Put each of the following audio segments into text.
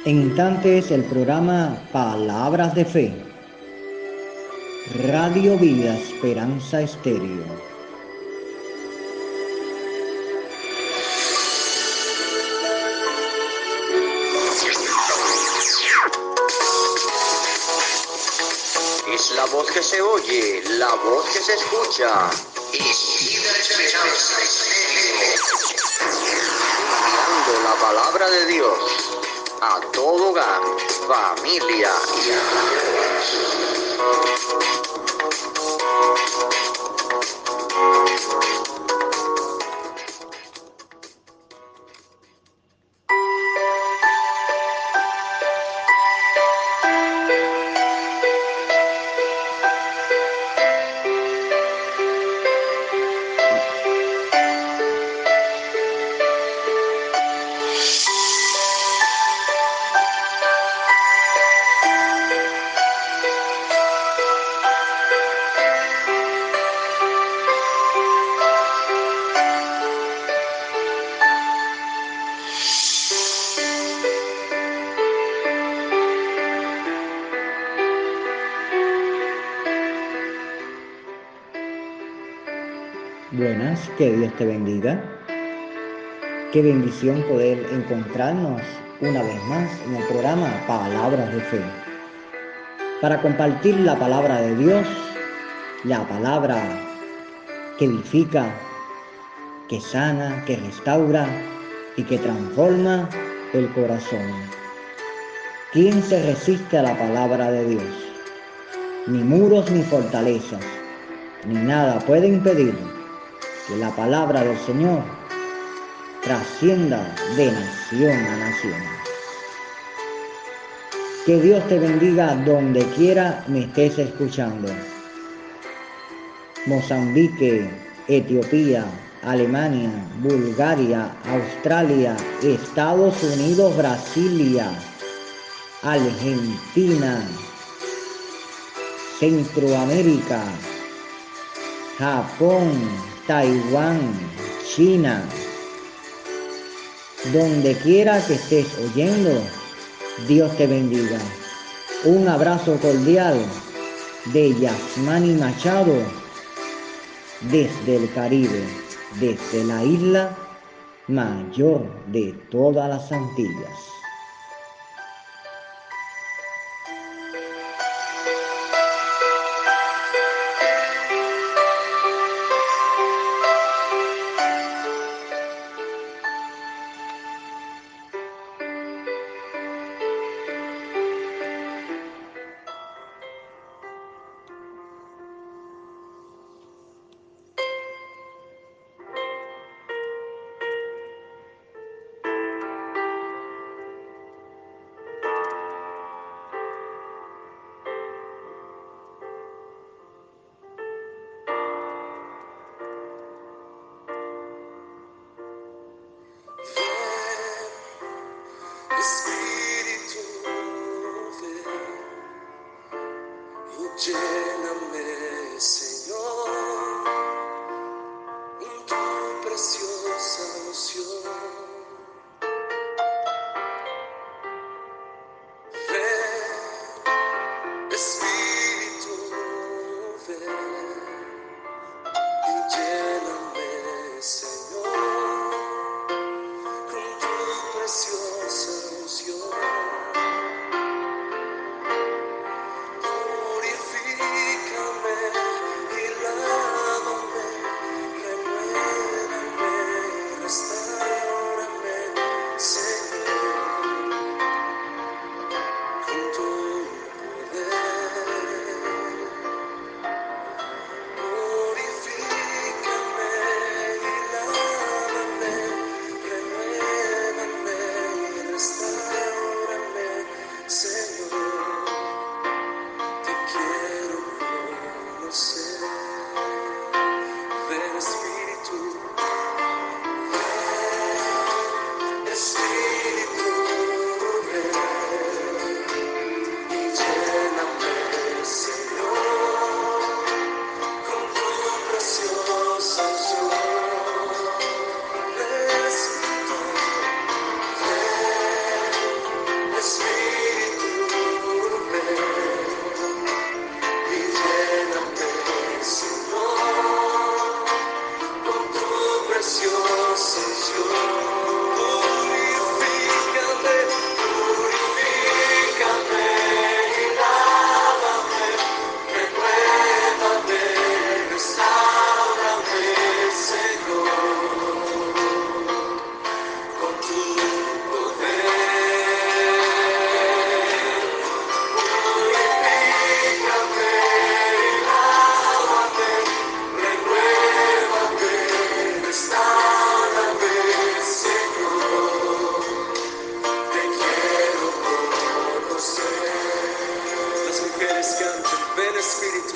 En instantes el programa Palabras de Fe, Radio Vida Esperanza Estéreo. Es la voz que se oye, la voz que se escucha. Es Vida Esperanza Estéreo. Enviando la palabra de Dios a todo hogar, familia y amigos. Buenas, que Dios te bendiga. Qué bendición poder encontrarnos una vez más en el programa Palabras de Fe, para compartir la palabra de Dios, la palabra que edifica, que sana, que restaura y que transforma el corazón. ¿Quién se resiste a la palabra de Dios? Ni muros ni fortalezas, ni nada puede impedir que la palabra del Señor trascienda de nación a nación. Que Dios te bendiga donde quiera me estés escuchando. Mozambique, Etiopía, Alemania, Bulgaria, Australia, Estados Unidos, Brasilia, Argentina, Centroamérica, Japón, Taiwán, China. Donde quiera que estés oyendo, Dios te bendiga. Un abrazo cordial de Yasmani Machado desde el Caribe, desde la isla mayor de todas las Antillas. Lléname, Señor, en tu preciosa unción. Ven, Espíritu, ven, y lléname, Señor, con tu preciosa unción. Purifícame y lávame. canten, ven Espíritu.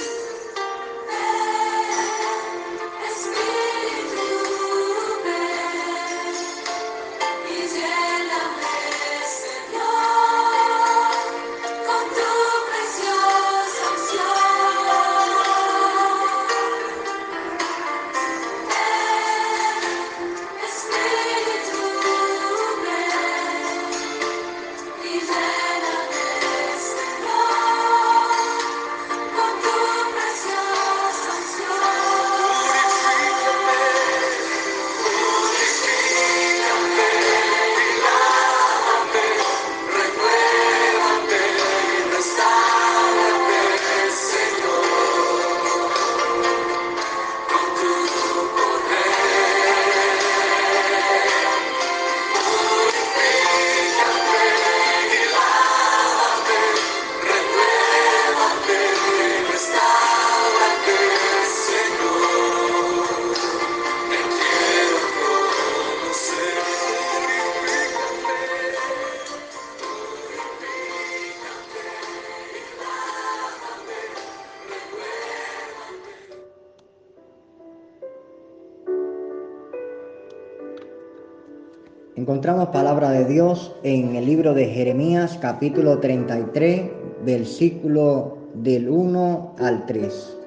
Encontramos palabra de Dios en el libro de Jeremías, capítulo 33, versículo del 1 al 3.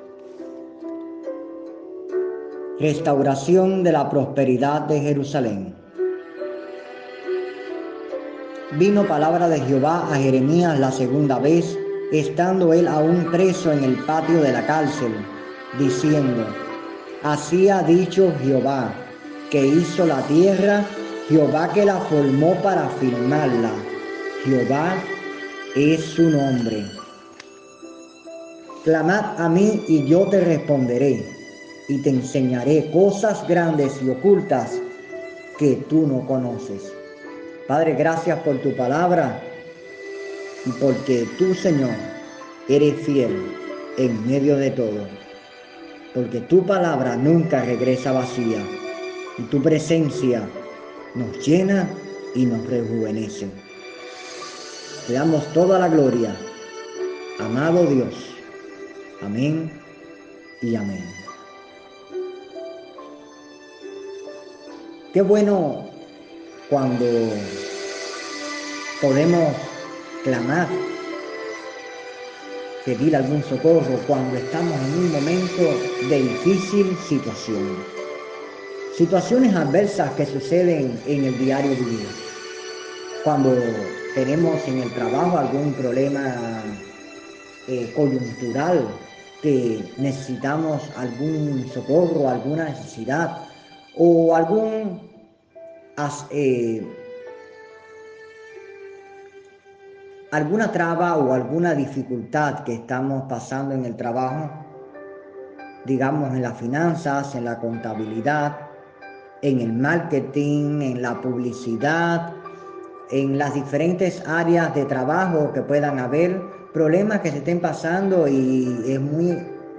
Restauración de la prosperidad de Jerusalén. Vino palabra de Jehová a Jeremías la segunda vez, estando él aún preso en el patio de la cárcel, diciendo: Así ha dicho Jehová, que hizo la tierra, Jehová que la formó para firmarla. Jehová es su nombre. Clamad a mí y yo te responderé, y te enseñaré cosas grandes y ocultas que tú no conoces. Padre, gracias por tu palabra y porque tú, Señor, eres fiel en medio de todo. Porque tu palabra nunca regresa vacía y tu presencia nos llena y nos rejuvenece. Te damos toda la gloria, amado Dios. Amén y amén. Qué bueno cuando podemos clamar, pedir algún socorro cuando estamos en un momento de difícil situación. Situaciones adversas que suceden en el diario vivir. Cuando tenemos en el trabajo algún problema coyuntural, que necesitamos algún socorro, alguna necesidad o alguna traba o alguna dificultad que estamos pasando en el trabajo, digamos en las finanzas, en la contabilidad, en el marketing, en la publicidad, en las diferentes áreas de trabajo que puedan haber, problemas que se estén pasando, y es muy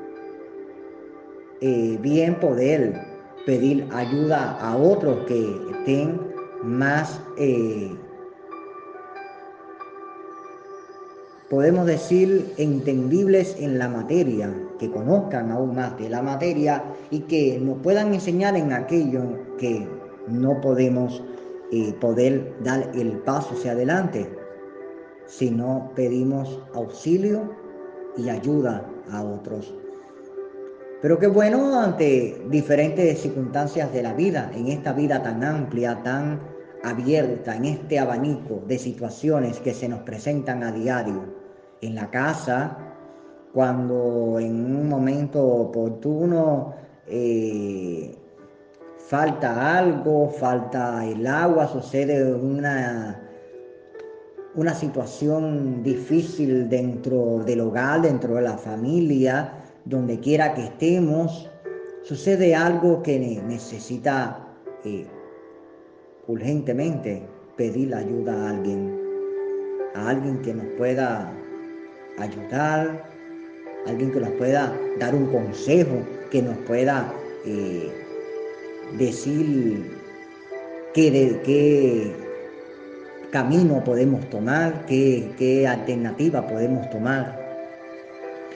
bien poder pedir ayuda a otros que estén más, podemos decir, entendibles en la materia, que conozcan aún más de la materia y que nos puedan enseñar en aquello que no podemos poder dar el paso hacia adelante, si no pedimos auxilio y ayuda a otros. Pero qué bueno ante diferentes circunstancias de la vida, en esta vida tan amplia, tan abierta, en este abanico de situaciones que se nos presentan a diario, en la casa, cuando en un momento oportuno falta algo, falta el agua, sucede una situación difícil dentro del hogar, dentro de la familia, donde quiera que estemos, sucede algo que necesita urgentemente pedir ayuda a alguien que nos pueda ayudar, alguien que nos pueda dar un consejo, que nos pueda decir qué camino podemos tomar, qué alternativa podemos tomar.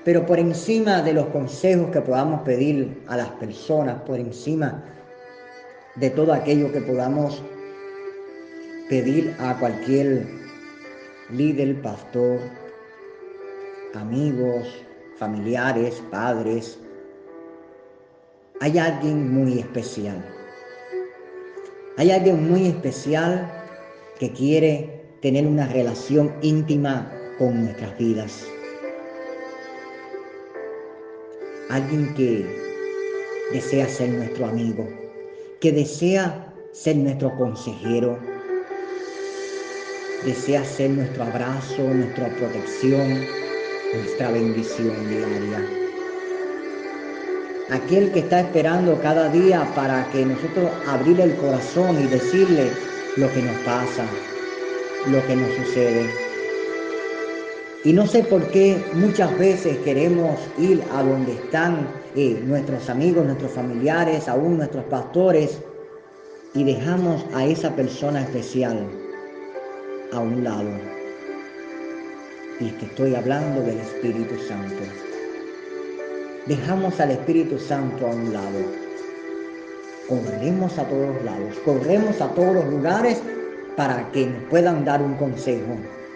Pero por encima de los consejos que podamos pedir a las personas, por encima de todo aquello que podamos pedir a cualquier líder, pastor, amigos, familiares, padres, hay alguien muy especial. Hay alguien muy especial que quiere tener una relación íntima con nuestras vidas. Alguien que desea ser nuestro amigo, que desea ser nuestro consejero, desea ser nuestro abrazo, nuestra protección, nuestra bendición diaria. Aquel que está esperando cada día para que nosotros abrirle el corazón y decirle lo que nos pasa, lo que nos sucede. Y no sé por qué muchas veces queremos ir a donde están nuestros amigos, nuestros familiares, aún nuestros pastores, y dejamos a esa persona especial a un lado. Y te estoy hablando del Espíritu Santo. Dejamos al Espíritu Santo a un lado. Corremos a todos lados, corremos a todos los lugares para que nos puedan dar un consejo.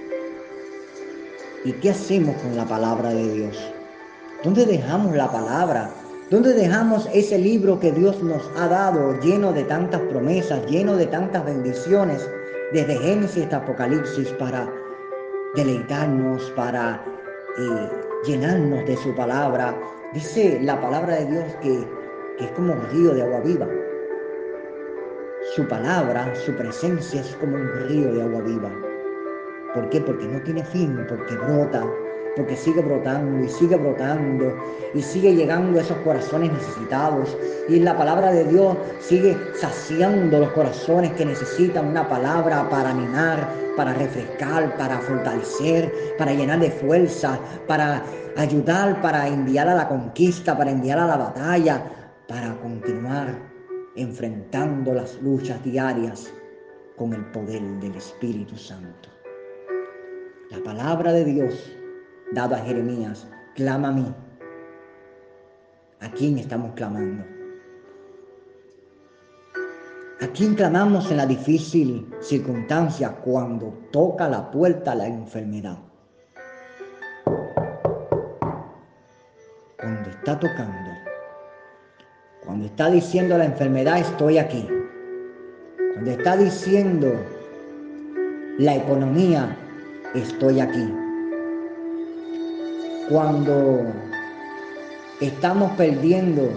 ¿Y qué hacemos con la palabra de Dios? ¿Dónde dejamos la palabra? ¿Dónde dejamos ese libro que Dios nos ha dado, lleno de tantas promesas, lleno de tantas bendiciones, desde Génesis hasta Apocalipsis, para deleitarnos, para llenarnos de su palabra? Dice la palabra de Dios que es como un río de agua viva. Su palabra, su presencia es como un río de agua viva. ¿Por qué? Porque no tiene fin, porque brota, porque sigue brotando y sigue llegando a esos corazones necesitados. Y la palabra de Dios sigue saciando los corazones que necesitan una palabra para animar, para refrescar, para fortalecer, para llenar de fuerza, para ayudar, para enviar a la conquista, para enviar a la batalla, para continuar enfrentando las luchas diarias con el poder del Espíritu Santo. La palabra de Dios, dada a Jeremías, clama a mí. ¿A quién estamos clamando? ¿A quién clamamos en la difícil circunstancia cuando toca la puerta la enfermedad? Cuando está tocando, cuando está diciendo la enfermedad, estoy aquí. Cuando está diciendo la economía, estoy aquí. Cuando estamos perdiendo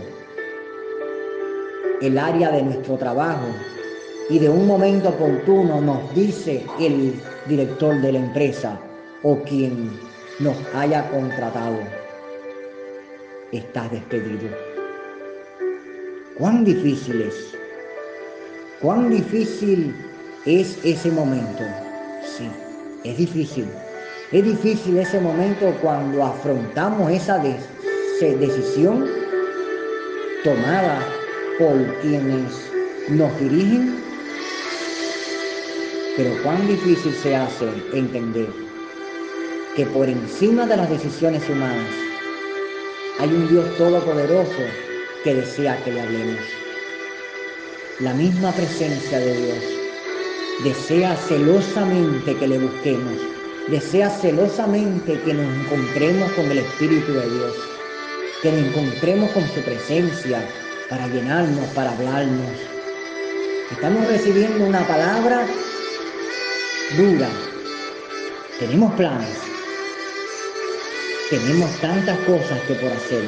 el área de nuestro trabajo y de un momento oportuno nos dice el director de la empresa o quien nos haya contratado, estás despedido. ¿Cuán difícil es? ¿Cuán difícil es ese momento? Sí, es difícil. Es difícil ese momento cuando afrontamos esa decisión tomada por quienes nos dirigen, pero cuán difícil se hace entender que por encima de las decisiones humanas hay un Dios todopoderoso que desea que le hablemos. La misma presencia de Dios desea celosamente que le busquemos, desea celosamente que nos encontremos con el Espíritu de Dios, que nos encontremos con su presencia para llenarnos, para hablarnos. Estamos recibiendo una palabra dura. Tenemos planes. Tenemos tantas cosas que por hacer.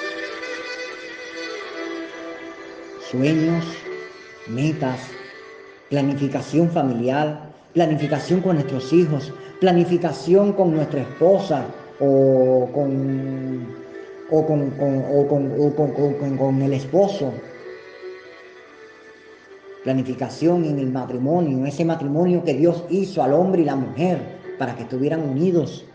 Sueños, metas, planificación familiar, planificación con nuestros hijos, planificación con nuestra esposa o con el esposo. Planificación en el matrimonio, ese matrimonio que Dios hizo al hombre y la mujer para que estuvieran unidos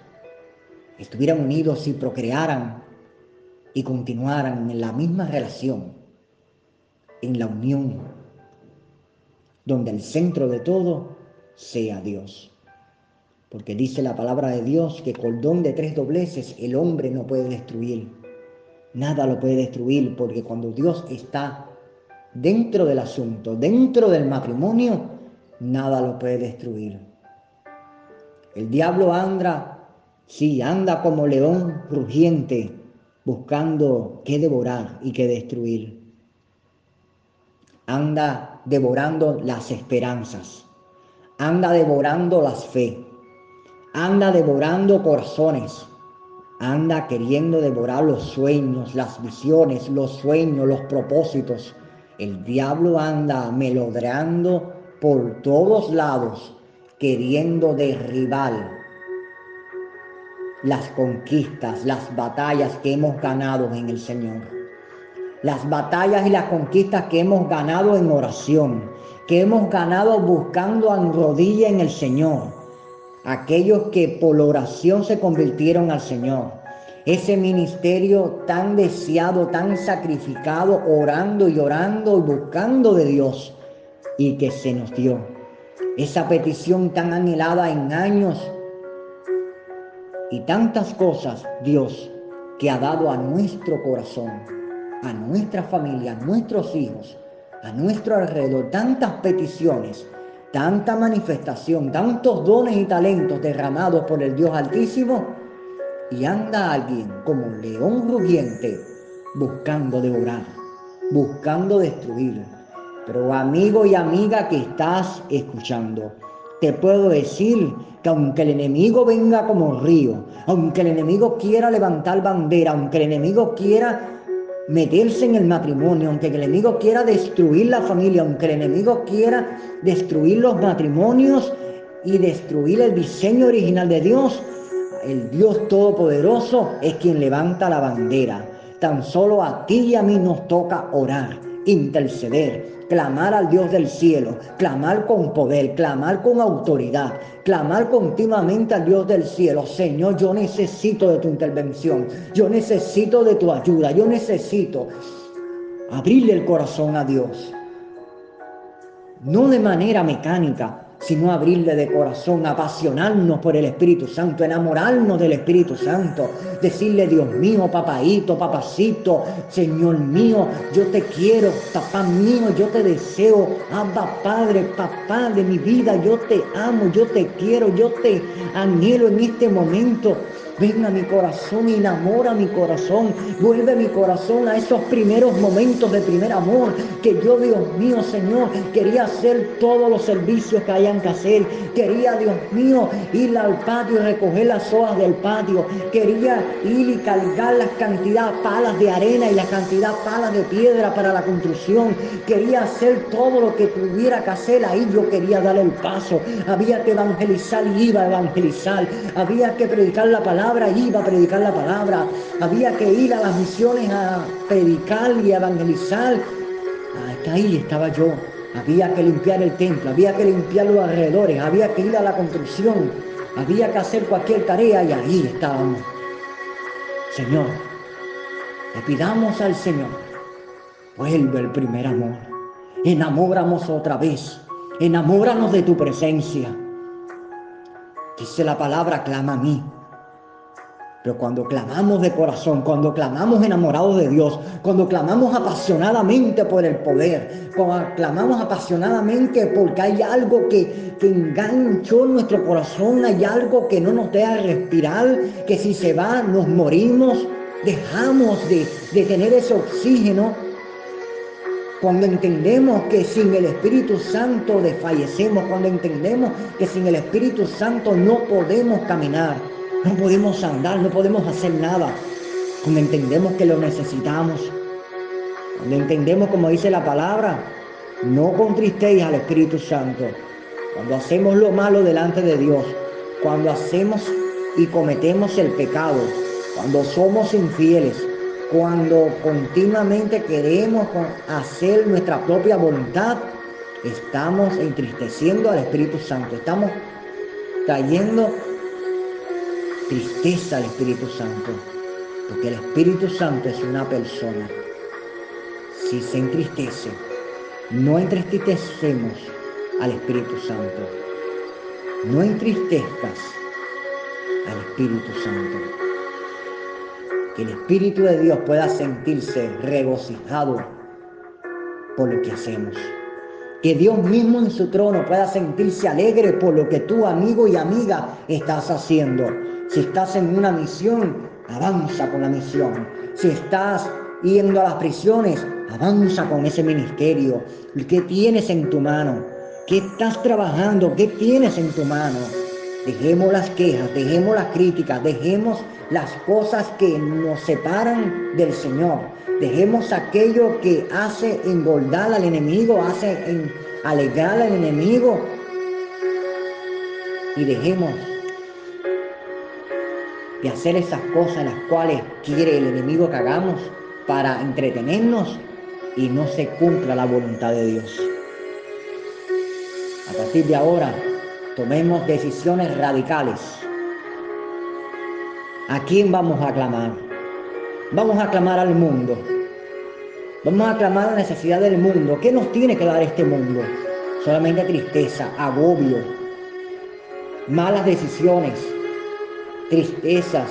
y procrearan y continuaran en la misma relación, en la unión, donde el centro de todo sea Dios. Porque dice la palabra de Dios que cordón de 3 dobleces el hombre no puede destruir. Nada lo puede destruir, porque cuando Dios está dentro del asunto, dentro del matrimonio, nada lo puede destruir. El diablo anda como león rugiente, buscando qué devorar y qué destruir. Anda devorando las esperanzas, anda devorando las fe, anda devorando corazones, anda queriendo devorar los sueños, las visiones, los sueños, los propósitos. El diablo anda melodrando por todos lados, queriendo derribar las conquistas, las batallas que hemos ganado en el Señor. Las batallas y las conquistas que hemos ganado en oración, que hemos ganado buscando en rodilla en el Señor. Aquellos que por oración se convirtieron al Señor. Ese ministerio tan deseado, tan sacrificado, orando y orando y buscando de Dios, y que se nos dio. Esa petición tan anhelada en años y tantas cosas, Dios, que ha dado a nuestro corazón, a nuestra familia, a nuestros hijos, a nuestro alrededor, tantas peticiones, tanta manifestación, tantos dones y talentos derramados por el Dios Altísimo, y anda alguien como un león rugiente buscando devorar, buscando destruir. Pero amigo y amiga que estás escuchando, te puedo decir que aunque el enemigo venga como río, aunque el enemigo quiera levantar bandera, aunque el enemigo quiera meterse en el matrimonio, aunque el enemigo quiera destruir la familia, aunque el enemigo quiera destruir los matrimonios y destruir el diseño original de Dios, el Dios Todopoderoso es quien levanta la bandera. Tan solo a ti y a mí nos toca orar, interceder, clamar al Dios del cielo, clamar con poder, clamar con autoridad, clamar continuamente al Dios del cielo. Señor, yo necesito de tu intervención, yo necesito de tu ayuda, yo necesito abrirle el corazón a Dios. No de manera mecánica, sino abrirle de corazón, apasionarnos por el Espíritu Santo, enamorarnos del Espíritu Santo, decirle: Dios mío, papaíto, papacito, Señor mío, yo te quiero, papá mío, yo te deseo, Abba Padre, papá de mi vida, yo te amo, yo te quiero, yo te anhelo en este momento. Ven a mi corazón, enamora mi corazón, vuelve mi corazón a esos primeros momentos de primer amor, que yo, Dios mío, Señor, quería hacer todos los servicios que hayan que hacer, quería, Dios mío, ir al patio y recoger las hojas del patio, quería ir y cargar las cantidad de palas de arena y la cantidad de palas de piedra para la construcción, quería hacer todo lo que tuviera que hacer, ahí yo quería dar el paso, había que evangelizar y iba a evangelizar, había que predicar la palabra, iba a predicar la palabra, había que ir a las misiones a predicar y a evangelizar. Hasta ahí estaba yo. Había que limpiar el templo, había que limpiar los alrededores, había que ir a la construcción, había que hacer cualquier tarea, y ahí estábamos. Señor, le pidamos al Señor: vuelve el primer amor, enamóranos otra vez, enamóranos de tu presencia. Dice la palabra: clama a mí. Pero cuando clamamos de corazón, cuando clamamos enamorados de Dios, cuando clamamos apasionadamente por el poder, cuando clamamos apasionadamente porque hay algo que enganchó nuestro corazón, hay algo que no nos deja respirar, que si se va nos morimos, dejamos de tener ese oxígeno. Cuando entendemos que sin el Espíritu Santo desfallecemos, cuando entendemos que sin el Espíritu Santo no podemos caminar, no podemos andar, no podemos hacer nada. Cuando entendemos que lo necesitamos, cuando entendemos, como dice la palabra, no contristéis al Espíritu Santo. Cuando hacemos lo malo delante de Dios, cuando hacemos y cometemos el pecado, cuando somos infieles, cuando continuamente queremos hacer nuestra propia voluntad, estamos entristeciendo al Espíritu Santo, estamos trayendo tristeza al Espíritu Santo, porque el Espíritu Santo es una persona. Si se entristece, no entristecemos al Espíritu Santo. No entristezcas al Espíritu Santo. Que el Espíritu de Dios pueda sentirse regocijado por lo que hacemos. Que Dios mismo en su trono pueda sentirse alegre por lo que tú, amigo y amiga, estás haciendo. Si estás en una misión, avanza con la misión. Si estás yendo a las prisiones, avanza con ese ministerio. ¿Qué tienes en tu mano? ¿Qué estás trabajando? ¿Qué tienes en tu mano? Dejemos las quejas, dejemos las críticas, dejemos las cosas que nos separan del Señor. Dejemos aquello que hace engordar al enemigo, hace alegrar al enemigo. Y dejemos de hacer esas cosas las cuales quiere el enemigo que hagamos para entretenernos y no se cumpla la voluntad de Dios. A partir de ahora, tomemos decisiones radicales. ¿A quién vamos a clamar? Vamos a clamar al mundo. Vamos a clamar la necesidad del mundo. ¿Qué nos tiene que dar este mundo? Solamente tristeza, agobio, malas decisiones, tristezas,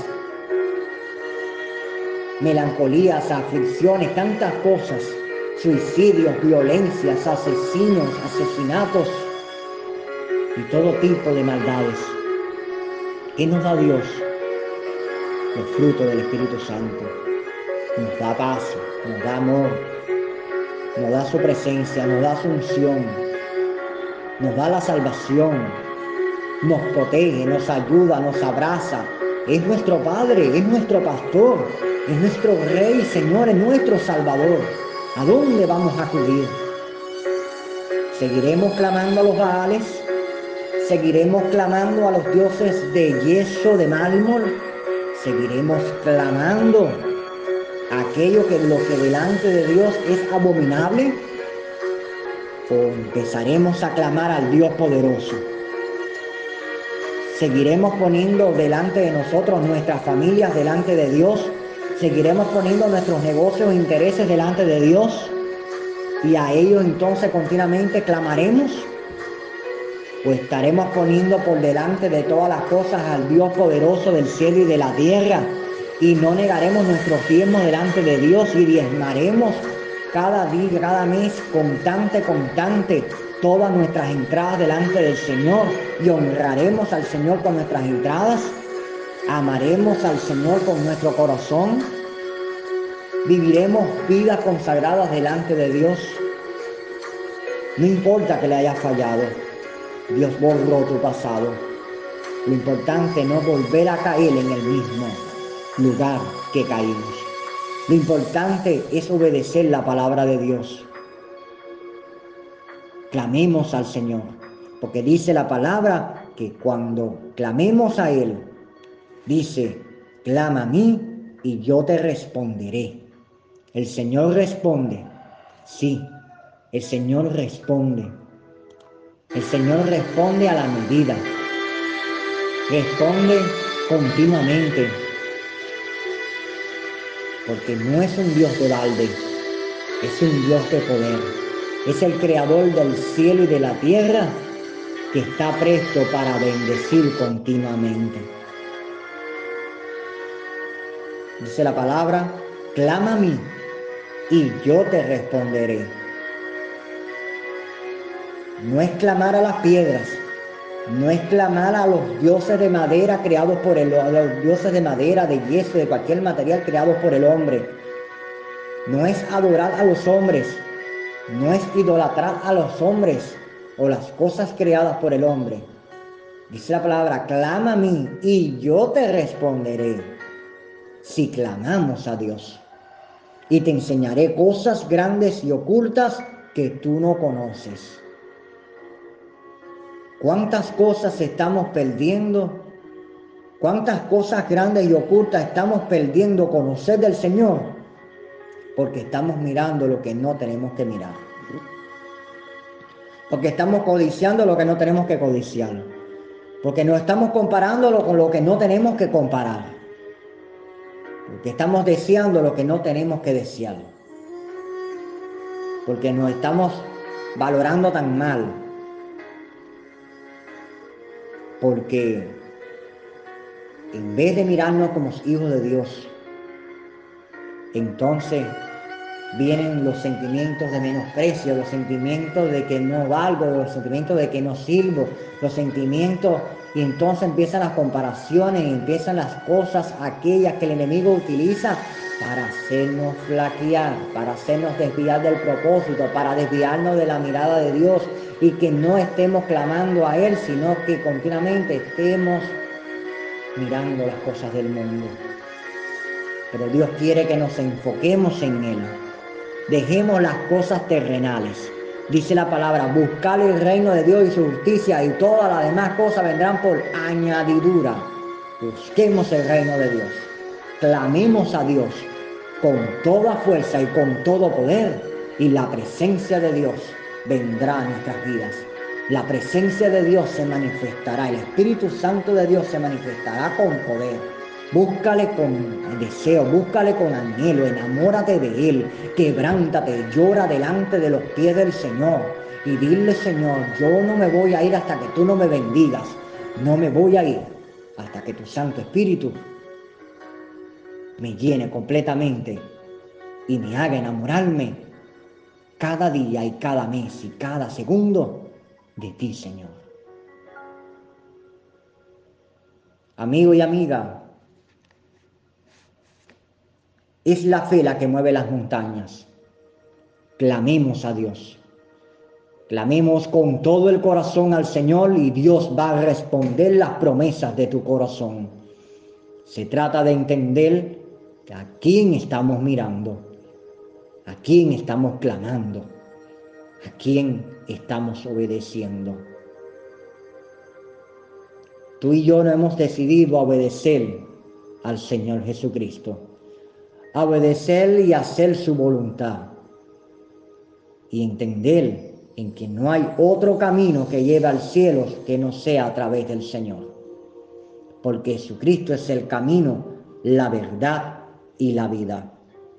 melancolías, aflicciones, tantas cosas, suicidios, violencias, asesinatos y todo tipo de maldades. ¿Qué nos da Dios? Los frutos del Espíritu Santo. Nos da paz, nos da amor, nos da su presencia, nos da su unción, nos da la salvación, nos protege, nos ayuda, nos abraza. Es nuestro Padre, es nuestro pastor, es nuestro Rey, Señor, es nuestro Salvador. ¿A dónde vamos a acudir? ¿Seguiremos clamando a los Baales? ¿Seguiremos clamando a los dioses de yeso, de mármol? ¿Seguiremos clamando aquello que lo que delante de Dios es abominable? ¿O empezaremos a clamar al Dios poderoso? ¿Seguiremos poniendo delante de nosotros nuestras familias delante de Dios? ¿Seguiremos poniendo nuestros negocios e intereses delante de Dios? ¿Y a ellos entonces continuamente clamaremos? ¿O estaremos poniendo por delante de todas las cosas al Dios poderoso del cielo y de la tierra? Y no negaremos nuestros diezmos delante de Dios y diezmaremos cada día, cada mes, constante, todas nuestras entradas delante del Señor y honraremos al Señor con nuestras entradas. Amaremos al Señor con nuestro corazón. Viviremos vidas consagradas delante de Dios. No importa que le hayas fallado, Dios borró tu pasado. Lo importante es no volver a caer en el mismo lugar que caímos. Lo importante es obedecer la palabra de Dios. Clamemos al Señor, porque dice la palabra que cuando clamemos a Él, dice, clama a mí y yo te responderé. El Señor responde, sí, el Señor responde. El Señor responde a la medida, responde continuamente, porque no es un Dios de balde, es un Dios de poder. Es el creador del cielo y de la tierra que está presto para bendecir continuamente. Dice la palabra, clama a mí y yo te responderé. No es clamar a las piedras, no es clamar a los dioses de madera creados por a los dioses de madera, de yeso, de cualquier material creados por el hombre. No es adorar a los hombres, no es idolatrar a los hombres o las cosas creadas por el hombre. Dice la palabra, clama a mí y yo te responderé. Si clamamos a Dios, y te enseñaré cosas grandes y ocultas que tú no conoces. ¿Cuántas cosas estamos perdiendo? ¿Cuántas cosas grandes y ocultas estamos perdiendo conocer del Señor? Porque estamos mirando lo que no tenemos que mirar. Porque estamos codiciando lo que no tenemos que codiciar. Porque nos estamos comparándolo con lo que no tenemos que comparar. Porque estamos deseando lo que no tenemos que desear. Porque nos estamos valorando tan mal. Porque en vez de mirarnos como hijos de Dios, entonces vienen los sentimientos de menosprecio, los sentimientos de que no valgo, los sentimientos de que no sirvo, los sentimientos, y entonces empiezan las comparaciones, empiezan las cosas aquellas que el enemigo utiliza para hacernos flaquear, para hacernos desviar del propósito, para desviarnos de la mirada de Dios y que no estemos clamando a Él, sino que continuamente estemos mirando las cosas del mundo. Pero Dios quiere que nos enfoquemos en Él. Dejemos las cosas terrenales. Dice la palabra, buscar el reino de Dios y su justicia y todas las demás cosas vendrán por añadidura. Busquemos el reino de Dios. Clamemos a Dios con toda fuerza y con todo poder y la presencia de Dios vendrá a nuestras vidas. La presencia de Dios se manifestará, el Espíritu Santo de Dios se manifestará con poder. Búscale con deseo, búscale con anhelo, enamórate de Él, quebrántate, llora delante de los pies del Señor y dile, Señor, yo no me voy a ir hasta que tú no me bendigas, no me voy a ir hasta que tu Santo Espíritu me llene completamente y me haga enamorarme cada día y cada mes y cada segundo de ti, Señor. Amigo y amiga, es la fe la que mueve las montañas. Clamemos a Dios. Clamemos con todo el corazón al Señor y Dios va a responder las promesas de tu corazón. Se trata de entender a quién estamos mirando, a quién estamos clamando, a quién estamos obedeciendo. Tú y yo no hemos decidido obedecer al Señor Jesucristo, a obedecer y hacer su voluntad y entender en que no hay otro camino que lleve al cielo que no sea a través del Señor, porque Jesucristo es el camino, la verdad y la vida.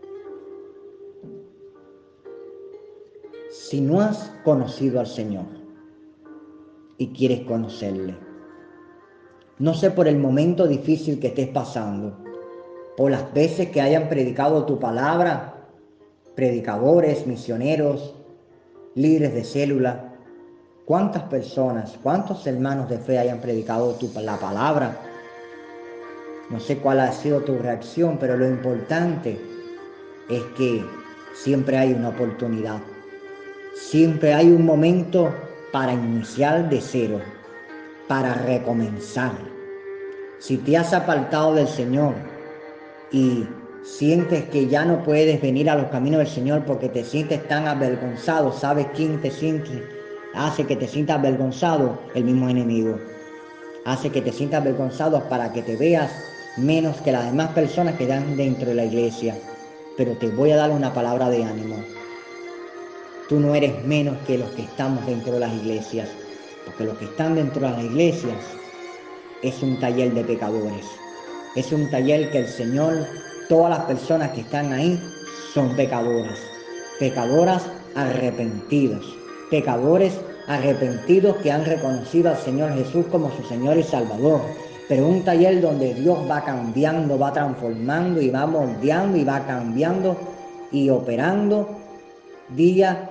Si no has conocido al Señor y quieres conocerle, no sé por el momento difícil que estés pasando, por las veces que hayan predicado tu palabra, predicadores, misioneros, líderes de célula, cuántas personas, cuántos hermanos de fe hayan predicado la palabra. No sé cuál ha sido tu reacción, pero lo importante es que siempre hay una oportunidad. Siempre hay un momento para iniciar de cero, para recomenzar. Si te has apartado del Señor y sientes que ya no puedes venir a los caminos del Señor porque te sientes tan avergonzado, ¿sabes quién hace que te sientas avergonzado? El mismo enemigo. Hace que te sientas avergonzado para que te veas menos que las demás personas que están dentro de la iglesia. Pero te voy a dar una palabra de ánimo. Tú no eres menos que los que estamos dentro de las iglesias, porque los que están dentro de las iglesias es un taller de pecadores. Es un taller que el Señor, todas las personas que están ahí son pecadoras, pecadoras arrepentidos, pecadores arrepentidos que han reconocido al Señor Jesús como su Señor y Salvador. Pero un taller donde Dios va cambiando, va transformando y va moldeando y va cambiando y operando día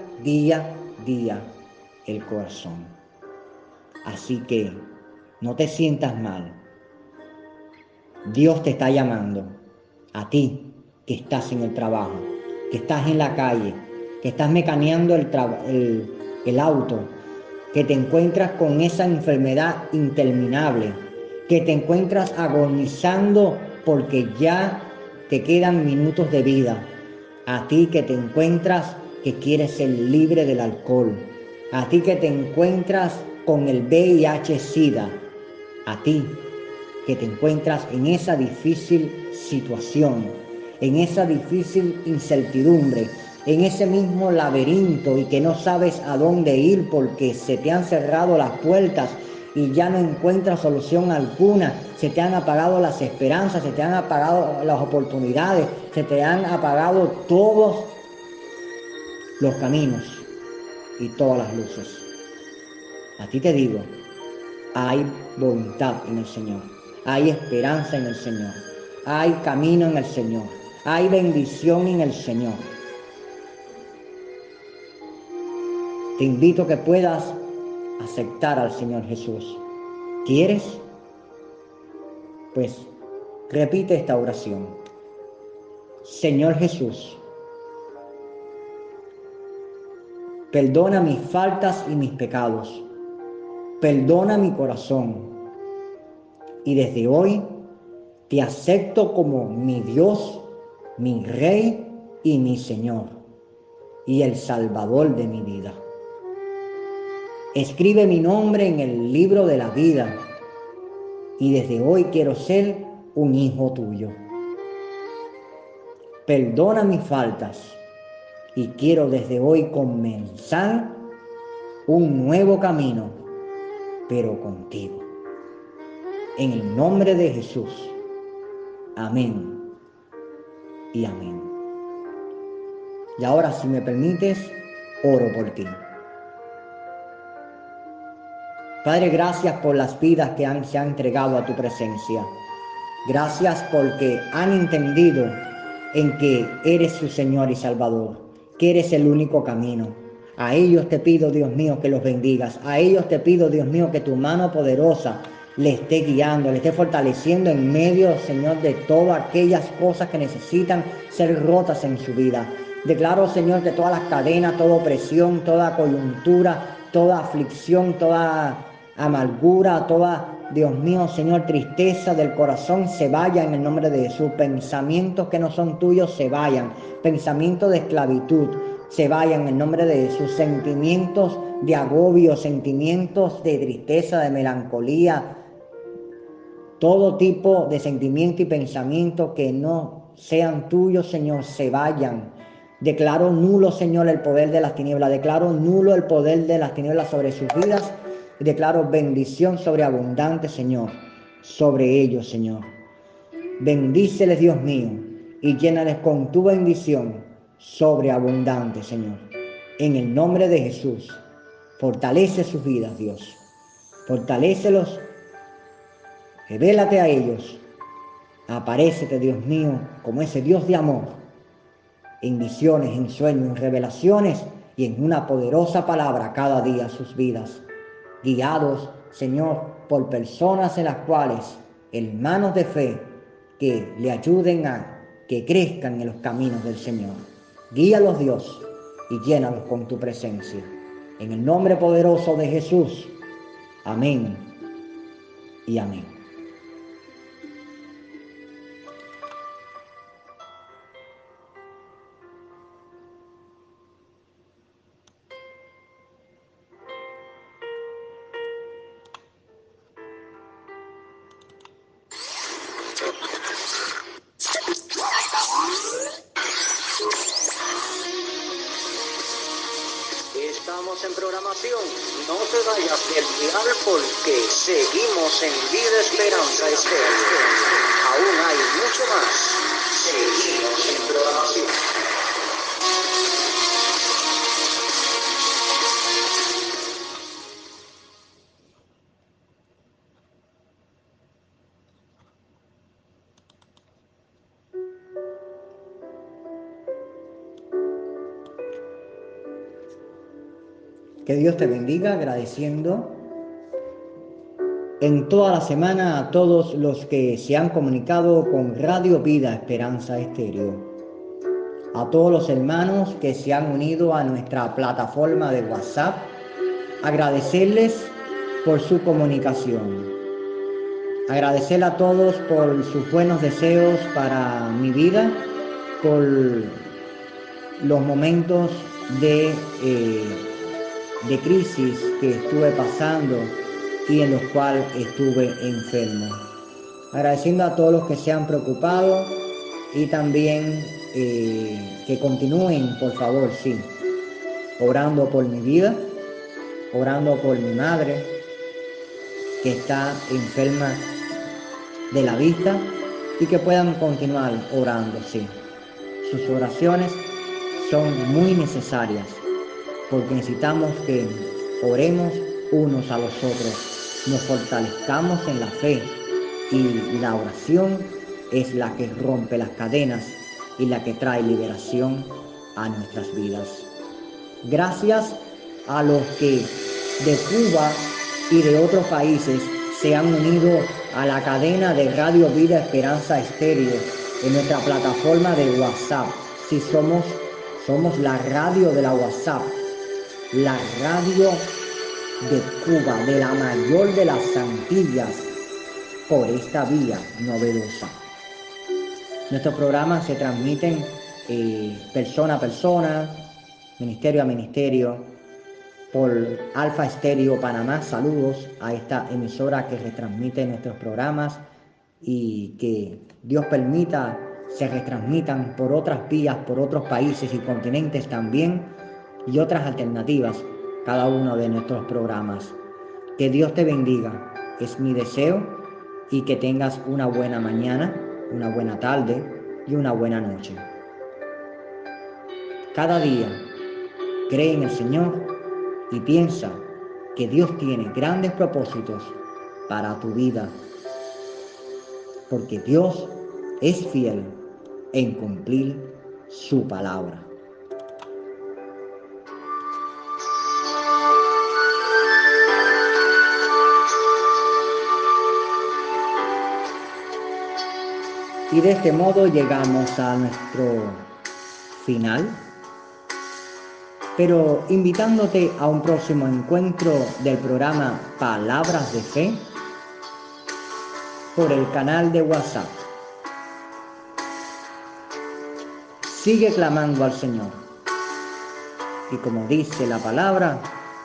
el corazón. Así que no te sientas mal. Dios te está llamando a ti que estás en el trabajo, que estás en la calle, que estás mecaneando el auto, que te encuentras con esa enfermedad interminable, que te encuentras agonizando porque ya te quedan minutos de vida. A ti que te encuentras que quieres ser libre del alcohol, a ti que te encuentras con el VIH-Sida, a ti que te encuentras en esa difícil situación, en esa difícil incertidumbre, en ese mismo laberinto y que no sabes a dónde ir porque se te han cerrado las puertas y ya no encuentras solución alguna, se te han apagado las esperanzas, se te han apagado las oportunidades, se te han apagado todos los caminos y todas las luces. A ti te digo, hay voluntad en el Señor. hay esperanza en el Señor, hay camino en el Señor, hay bendición en el Señor. Te invito a que puedas aceptar al Señor Jesús. ¿Quieres? Pues repite esta oración. Señor Jesús, perdona mis faltas y mis pecados. Perdona mi corazón. Y desde hoy te acepto como mi Dios, mi Rey y mi Señor, y el Salvador de mi vida. Escribe mi nombre en el libro de la vida, y desde hoy quiero ser un hijo tuyo. Perdona mis faltas, y quiero desde hoy comenzar un nuevo camino, pero contigo. En el nombre de Jesús. Amén y amén. Y ahora, si me permites, oro por ti. Padre, gracias por las vidas que se han entregado a tu presencia. Gracias porque han entendido en que eres su Señor y Salvador, que eres el único camino. A ellos te pido, Dios mío, que los bendigas. A ellos te pido, Dios mío, que tu mano poderosa le esté guiando, le esté fortaleciendo en medio, Señor, de todas aquellas cosas que necesitan ser rotas en su vida. Declaro, Señor, que todas las cadenas, toda opresión, toda coyuntura, toda aflicción, toda amargura, toda, Dios mío, Señor, tristeza del corazón se vaya en el nombre de Jesús. Pensamientos que no son tuyos se vayan. Pensamientos de esclavitud se vayan en el nombre de Jesús. Sentimientos de agobio, sentimientos de tristeza, de melancolía, todo tipo de sentimiento y pensamiento que no sean tuyos, Señor, se vayan. Declaro nulo, Señor, el poder de las tinieblas. Declaro nulo el poder de las tinieblas sobre sus vidas. Y declaro bendición sobreabundante, Señor, sobre ellos, Señor. Bendíceles, Dios mío, y llénales con tu bendición sobreabundante, Señor. En el nombre de Jesús, fortalece sus vidas, Dios. Fortalécelos. Revélate a ellos. Aparécete, Dios mío, como ese Dios de amor, en visiones, en sueños, en revelaciones y en una poderosa palabra cada día a sus vidas. Guiados, Señor, por personas en las cuales, hermanos de fe, que le ayuden a que crezcan en los caminos del Señor. Guíalos, Dios, y llénalos con tu presencia. En el nombre poderoso de Jesús. Amén y amén. Estamos en programación. No te vayas del dial porque seguimos en Vida Esperanza Estéreo. Aún hay mucho más. Seguimos en programación. Que Dios te bendiga, agradeciendo en toda la semana a todos los que se han comunicado con Radio Vida Esperanza Estéreo. A todos los hermanos que se han unido a nuestra plataforma de WhatsApp, agradecerles por su comunicación. Agradecer a todos por sus buenos deseos para mi vida, por los momentos de crisis que estuve pasando y en los cuales estuve enfermo. Agradeciendo a todos los que se han preocupado y también que continúen, por favor, sí, orando por mi vida, orando por mi madre que está enferma de la vista y que puedan continuar orando, sí. Sus oraciones son muy necesarias porque necesitamos que oremos unos a los otros, nos fortalezcamos en la fe Y la oración es la que rompe las cadenas y la que trae liberación a nuestras vidas. Gracias a los que de Cuba y de otros países se han unido a la cadena de Radio Vida Esperanza Estéreo en nuestra plataforma de WhatsApp. Si somos la radio de la WhatsApp, la radio de Cuba, de la mayor de las Antillas, por esta vía novedosa. Nuestros programas se transmiten persona a persona, ministerio a ministerio, por Alfa Estéreo Panamá. Saludos a esta emisora que retransmite nuestros programas y que Dios permita se retransmitan por otras vías, por otros países y continentes también, y otras alternativas, cada uno de nuestros programas. Que Dios te bendiga, es mi deseo, y que tengas una buena mañana, una buena tarde y una buena noche. Cada día cree en el Señor y piensa que Dios tiene grandes propósitos para tu vida, porque Dios es fiel en cumplir su palabra. Y de este modo llegamos a nuestro final, pero invitándote a un próximo encuentro del programa Palabras de Fe por el canal de WhatsApp. Sigue clamando al Señor, y como dice la palabra,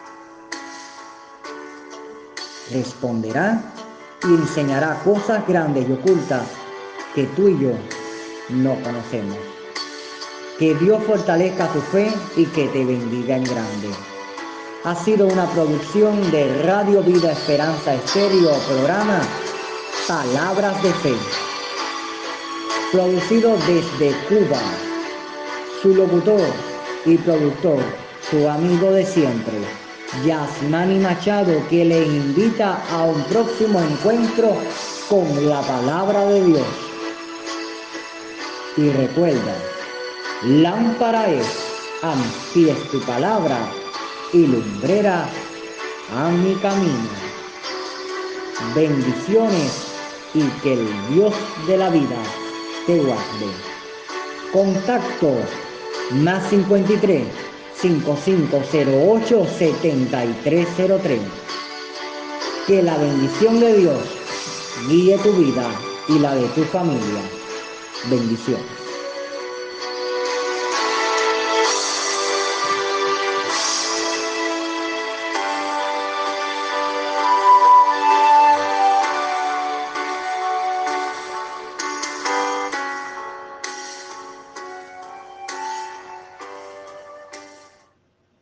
responderá y enseñará cosas grandes y ocultas que tú y yo no conocemos. Que Dios fortalezca tu fe y que te bendiga en grande. Ha sido una producción de Radio Vida Esperanza Estéreo, programa Palabras de Fe, producido desde Cuba. Su locutor y productor, su amigo de siempre, Yasmani Machado, que le invita a un próximo encuentro con la palabra de Dios. Y recuerda, lámpara es a mis pies tu palabra y lumbrera a mi camino. Bendiciones y que el Dios de la vida te guarde. Contacto más 53 5508 7303. Que la bendición de Dios guíe tu vida y la de tu familia. Bendiciones.